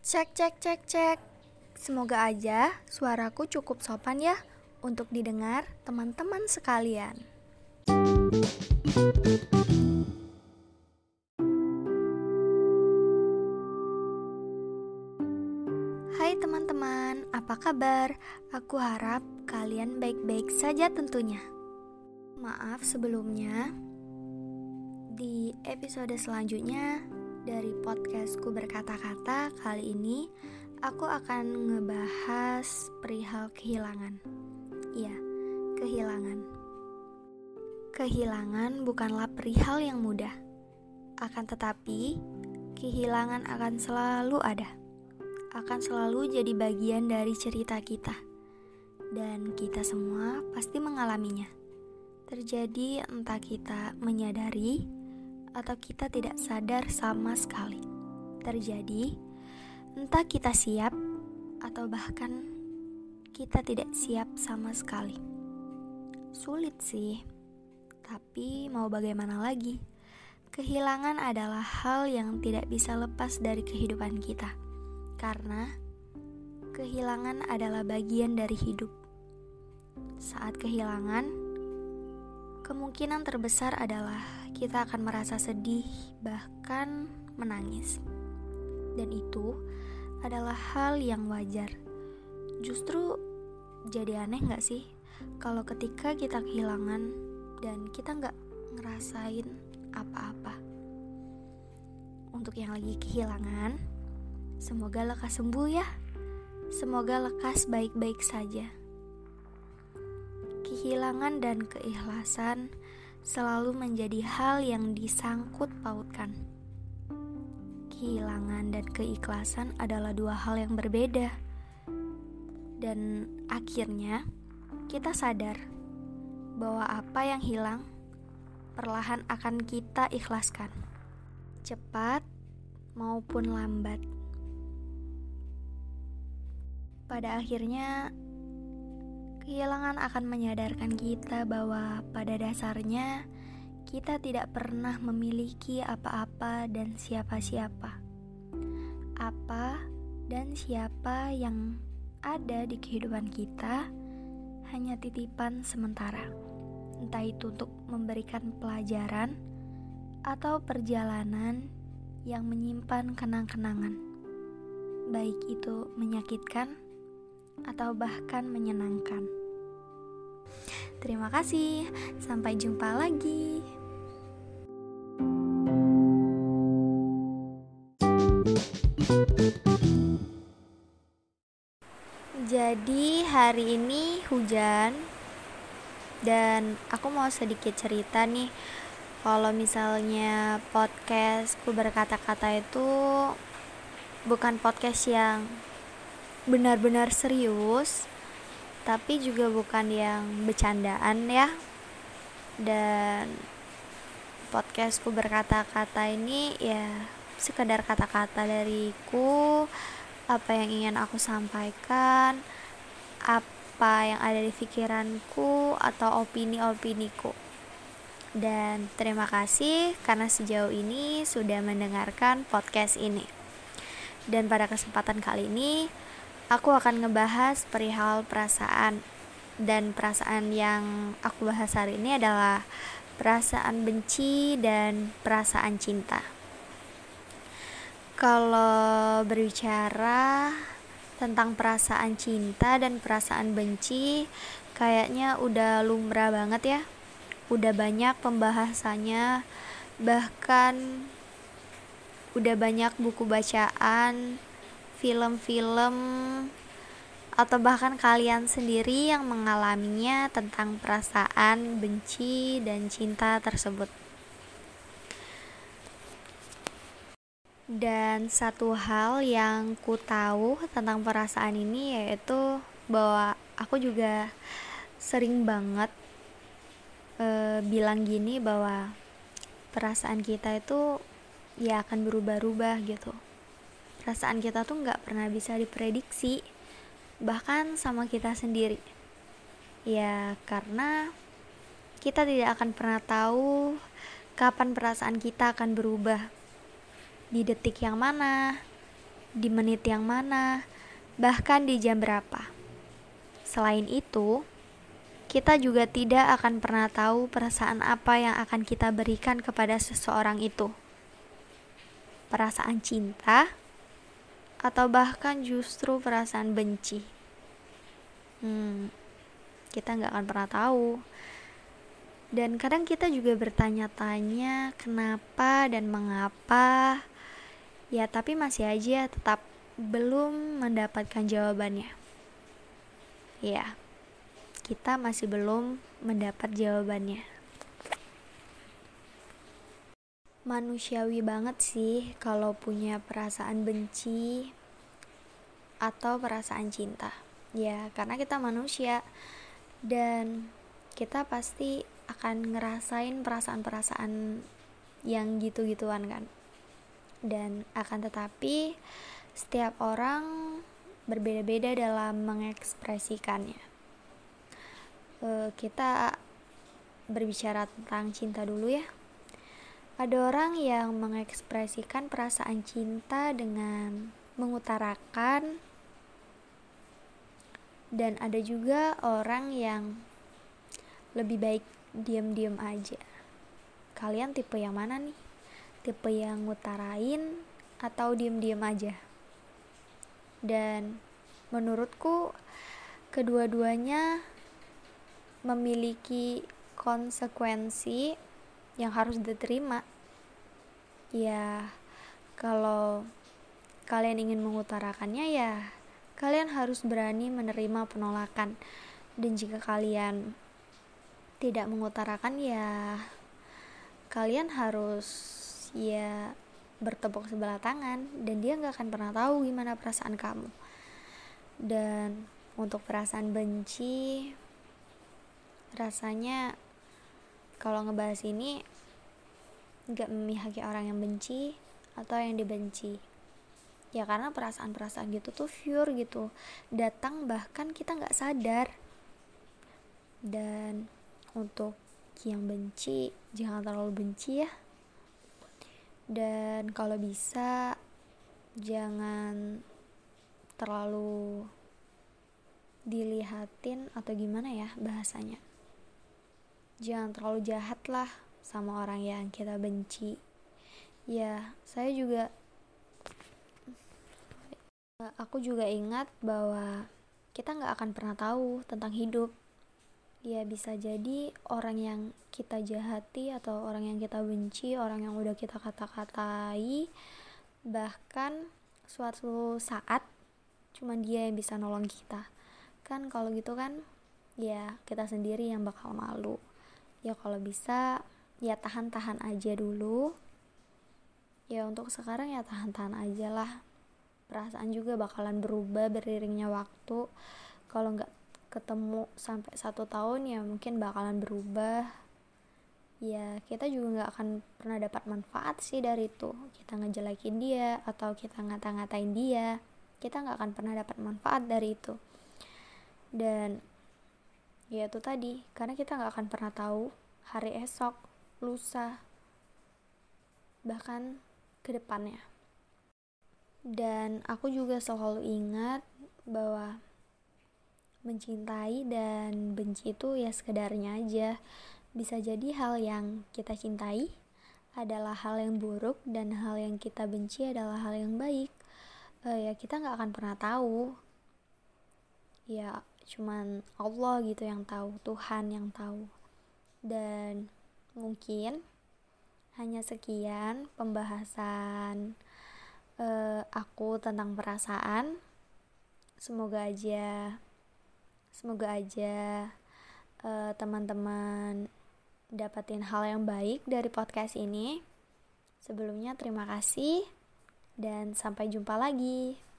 Cek, cek, cek, cek. Semoga aja suaraku cukup sopan ya untuk didengar teman-teman sekalian. Hai teman-teman, apa kabar? Aku harap kalian baik-baik saja tentunya. Maaf sebelumnya, di episode selanjutnya dari podcastku berkata-kata kali ini aku akan ngebahas perihal kehilangan. Iya, kehilangan. Kehilangan bukanlah perihal yang mudah. Akan tetapi, kehilangan akan selalu ada. Akan selalu jadi bagian dari cerita kita. Dan kita semua pasti mengalaminya. Terjadi entah kita menyadari atau kita tidak sadar sama sekali. Terjadi entah kita siap atau bahkan kita tidak siap sama sekali. Sulit sih, tapi mau bagaimana lagi? Kehilangan adalah hal yang tidak bisa lepas dari kehidupan kita. Karena kehilangan adalah bagian dari hidup. Saat kehilangan, kemungkinan terbesar adalah kita akan merasa sedih, bahkan menangis. Dan itu adalah hal yang wajar. Justru jadi aneh gak sih kalau ketika kita kehilangan dan kita gak ngerasain apa-apa. Untuk yang lagi kehilangan, semoga lekas sembuh ya. Semoga lekas baik-baik saja. Kehilangan dan keikhlasan selalu menjadi hal yang disangkut pautkan. Kehilangan dan keikhlasan adalah dua hal yang berbeda. Dan akhirnya kita sadar bahwa apa yang hilang perlahan akan kita ikhlaskan. Cepat maupun lambat. Pada akhirnya kehilangan akan menyadarkan kita bahwa pada dasarnya kita tidak pernah memiliki apa-apa dan siapa-siapa. Apa dan siapa yang ada di kehidupan kita hanya titipan sementara. Entah itu untuk memberikan pelajaran atau perjalanan yang menyimpan kenang-kenangan. Baik itu menyakitkan atau bahkan menyenangkan. Terima kasih, sampai jumpa lagi. Jadi hari ini hujan dan aku mau sedikit cerita nih. Kalau misalnya podcastku berkata-kata itu bukan podcast yang benar-benar serius, tapi juga bukan yang bercandaan ya. Dan podcastku berkata-kata ini ya sekedar kata-kata dariku, apa yang ingin aku sampaikan, apa yang ada di pikiranku atau opini-opiniku. Dan terima kasih karena sejauh ini sudah mendengarkan podcast ini. Dan pada kesempatan kali ini aku akan ngebahas perihal perasaan. Dan perasaan yang aku bahas hari ini adalah perasaan benci dan perasaan cinta. Kalau berbicara tentang perasaan cinta dan perasaan benci, kayaknya udah lumrah banget ya. Udah banyak pembahasannya, bahkan udah banyak buku bacaan, film-film, atau bahkan kalian sendiri yang mengalaminya tentang perasaan benci dan cinta tersebut. Dan satu hal yang ku tahu tentang perasaan ini yaitu bahwa aku juga sering banget bilang gini bahwa perasaan kita itu ya akan berubah-ubah gitu. Perasaan kita tuh gak pernah bisa diprediksi, bahkan sama kita sendiri. Ya karena kita tidak akan pernah tahu kapan perasaan kita akan berubah, di detik yang mana, di menit yang mana, bahkan di jam berapa. Selain itu, kita juga tidak akan pernah tahu perasaan apa yang akan kita berikan kepada seseorang itu. Perasaan cinta, atau bahkan justru perasaan benci. Kita gak akan pernah tahu. Dan kadang kita juga bertanya-tanya kenapa dan mengapa. Ya tapi masih aja tetap belum mendapatkan jawabannya. Ya, kita masih belum mendapat jawabannya. Manusiawi banget sih kalau punya perasaan benci atau perasaan cinta. Ya, karena kita manusia dan kita pasti akan ngerasain perasaan-perasaan yang gitu-gituan kan. Dan akan tetapi setiap orang berbeda-beda dalam mengekspresikannya. Kita berbicara tentang cinta dulu ya. Ada orang yang mengekspresikan perasaan cinta dengan mengutarakan, dan ada juga orang yang lebih baik diam-diam aja. Kalian tipe yang mana nih? Tipe yang ngutarain atau diam-diam aja? Dan menurutku kedua-duanya memiliki konsekuensi yang harus diterima. Ya, kalau kalian ingin mengutarakannya ya kalian harus berani menerima penolakan. Dan jika kalian tidak mengutarakan ya kalian harus ya bertepuk sebelah tangan, dan dia gak akan pernah tahu gimana perasaan kamu. Dan untuk perasaan benci, rasanya kalau ngebahas ini gak memihaki orang yang benci atau yang dibenci. Ya karena perasaan-perasaan gitu tuh pure gitu, datang bahkan kita gak sadar. Dan untuk yang benci, jangan terlalu benci ya. Dan kalau bisa jangan terlalu dilihatin atau gimana ya bahasanya. Jangan terlalu jahat lah sama orang yang kita benci. Ya, aku juga ingat bahwa kita gak akan pernah tahu tentang hidup. Ya bisa jadi orang yang kita jahati atau orang yang kita benci, orang yang udah kita kata-katai, bahkan suatu saat cuma dia yang bisa nolong kita. Kan kalau gitu kan ya kita sendiri yang bakal malu. Ya kalau bisa ya tahan-tahan aja dulu. Ya untuk sekarang ya tahan-tahan aja lah. Perasaan juga bakalan berubah beriringnya waktu. Kalau gak ketemu sampai 1 tahun ya mungkin bakalan berubah. Ya kita juga gak akan pernah dapat manfaat sih dari itu. Kita ngejelekin dia atau kita ngata-ngatain dia, kita gak akan pernah dapat manfaat dari itu. Dan ya itu tadi, karena kita gak akan pernah tahu hari esok, lusa, bahkan ke depannya. Dan aku juga selalu ingat bahwa mencintai dan benci itu ya sekedarnya aja. Bisa jadi hal yang kita cintai adalah hal yang buruk, dan hal yang kita benci adalah hal yang baik. Ya kita gak akan pernah tahu. Ya cuman Allah gitu yang tahu, Tuhan yang tahu. Dan mungkin hanya sekian pembahasan aku tentang perasaan. Semoga aja teman-teman dapatin hal yang baik dari podcast ini. Sebelumnya terima kasih dan sampai jumpa lagi.